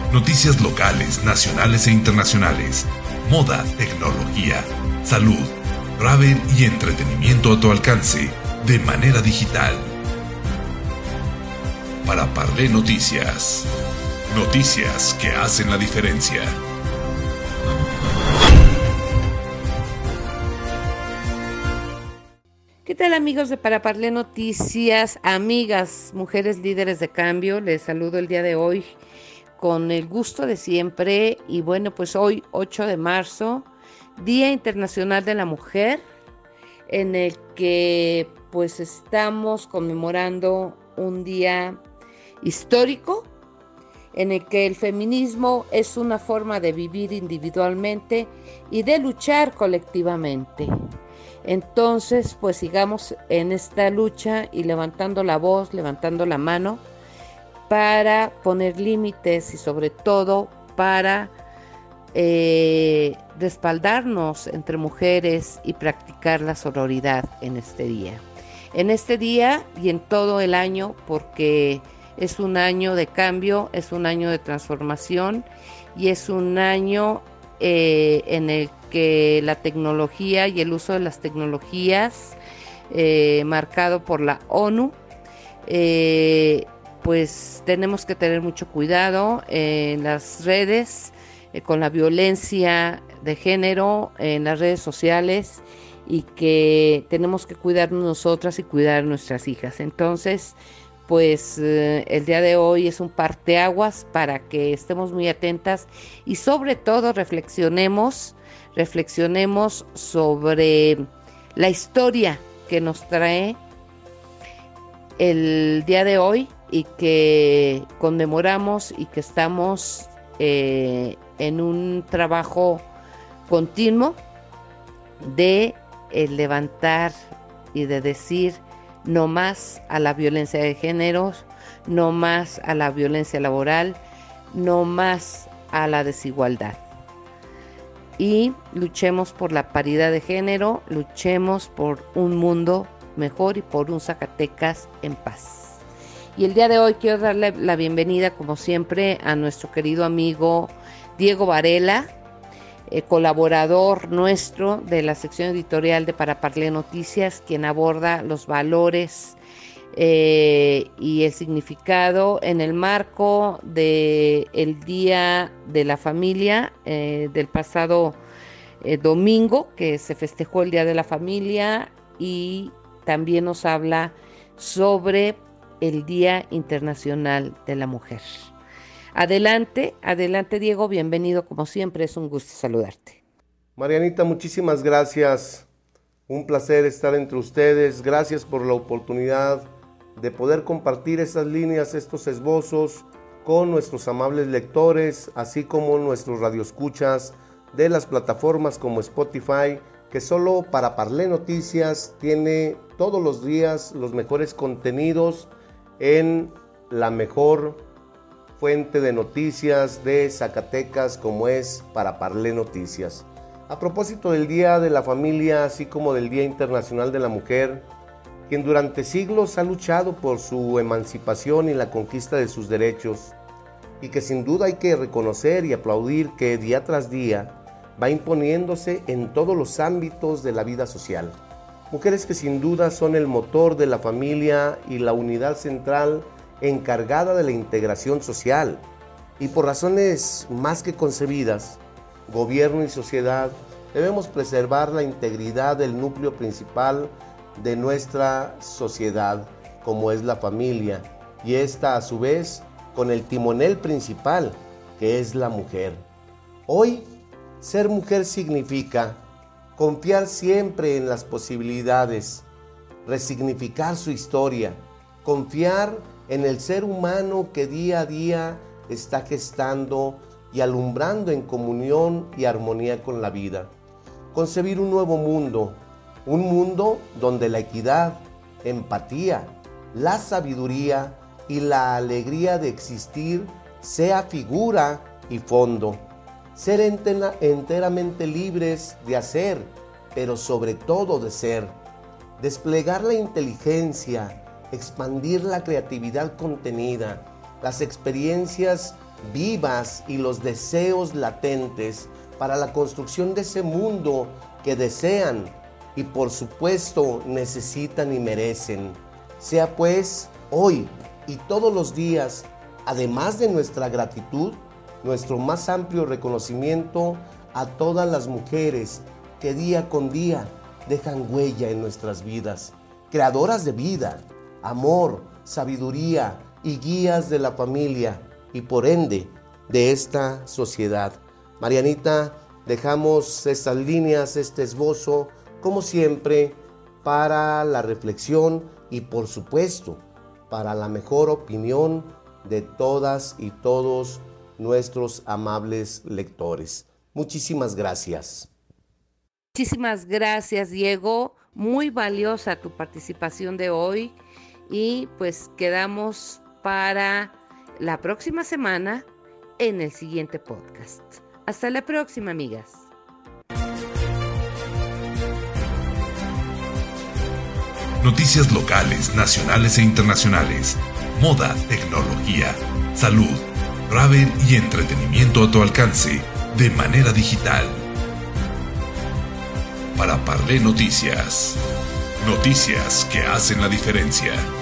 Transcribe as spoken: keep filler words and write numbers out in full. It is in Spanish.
Noticias locales, nacionales e internacionales. Moda, tecnología, salud, travel y entretenimiento a tu alcance de manera digital. Para Parlé Noticias. Noticias que hacen la diferencia. ¿Qué tal, amigos de Para Parlé Noticias? Amigas, mujeres líderes de cambio, les saludo el día de hoy con el gusto de siempre. Y bueno, pues hoy, ocho de marzo, Día Internacional de la Mujer, en el que pues estamos conmemorando un día histórico, en el que el feminismo es una forma de vivir individualmente y de luchar colectivamente. Entonces, pues sigamos en esta lucha y levantando la voz, levantando la mano para poner límites y sobre todo para eh, respaldarnos entre mujeres y practicar la sororidad en este día. En este día y en todo el año, porque es un año de cambio, es un año de transformación y es un año eh, en el que la tecnología y el uso de las tecnologías, eh, marcado por la ONU, eh, pues tenemos que tener mucho cuidado en las redes, eh, con la violencia de género en las redes sociales, y que tenemos que cuidarnos nosotras y cuidar a nuestras hijas. Entonces, pues eh, el día de hoy es un parteaguas para que estemos muy atentas y sobre todo reflexionemos, reflexionemos sobre la historia que nos trae el día de hoy y que conmemoramos y que estamos eh, en un trabajo continuo de eh, levantar y de decir no más a la violencia de género, no más a la violencia laboral, no más a la desigualdad. Y luchemos por la paridad de género, luchemos por un mundo mejor y por un Zacatecas en paz. Y el día de hoy quiero darle la bienvenida, como siempre, a nuestro querido amigo Diego Varela, eh, colaborador nuestro de la sección editorial de Para Parlé Noticias, quien aborda los valores eh, y el significado en el marco del Día de la Familia, eh, del pasado eh, domingo, que se festejó el Día de la Familia, y también nos habla sobre el Día Internacional de la Mujer. Adelante, adelante Diego, bienvenido como siempre, es un gusto saludarte. Marianita, muchísimas gracias, un placer estar entre ustedes, gracias por la oportunidad de poder compartir estas líneas, estos esbozos con nuestros amables lectores, así como nuestros radioescuchas de las plataformas como Spotify, que solo Para Parlé Noticias tiene todos los días los mejores contenidos en la mejor fuente de noticias de Zacatecas, como es Para Parlé Noticias. A propósito del Día de la Familia, así como del Día Internacional de la Mujer, quien durante siglos ha luchado por su emancipación y la conquista de sus derechos, y que sin duda hay que reconocer y aplaudir que día tras día va imponiéndose en todos los ámbitos de la vida social. Mujeres que sin duda son el motor de la familia y la unidad central encargada de la integración social, y por razones más que concebidas, gobierno y sociedad debemos preservar la integridad del núcleo principal de nuestra sociedad, como es la familia, y esta a su vez con el timonel principal, que es la mujer. Hoy, ser mujer significa confiar siempre en las posibilidades, resignificar su historia, confiar en el ser humano que día a día está gestando y alumbrando en comunión y armonía con la vida. Concebir un nuevo mundo, un mundo donde la equidad, empatía, la sabiduría y la alegría de existir sea figura y fondo. Ser entera, enteramente libres de hacer, pero sobre todo de ser. Desplegar la inteligencia, expandir la creatividad contenida, las experiencias vivas y los deseos latentes para la construcción de ese mundo que desean y por supuesto necesitan y merecen. Sea pues hoy y todos los días, además de nuestra gratitud, nuestro más amplio reconocimiento a todas las mujeres que día con día dejan huella en nuestras vidas, creadoras de vida, amor, sabiduría y guías de la familia y por ende de esta sociedad. Marianita, dejamos estas líneas, este esbozo, como siempre, para la reflexión y por supuesto para la mejor opinión de todas y todos nuestros amables lectores. Muchísimas gracias. Muchísimas gracias, Diego. Muy valiosa tu participación de hoy y pues quedamos para la próxima semana en el siguiente podcast. Hasta la próxima, amigas. Noticias locales, nacionales e internacionales, moda, tecnología, salud, travel y entretenimiento a tu alcance de manera digital. Para Parlé Noticias. Noticias que hacen la diferencia.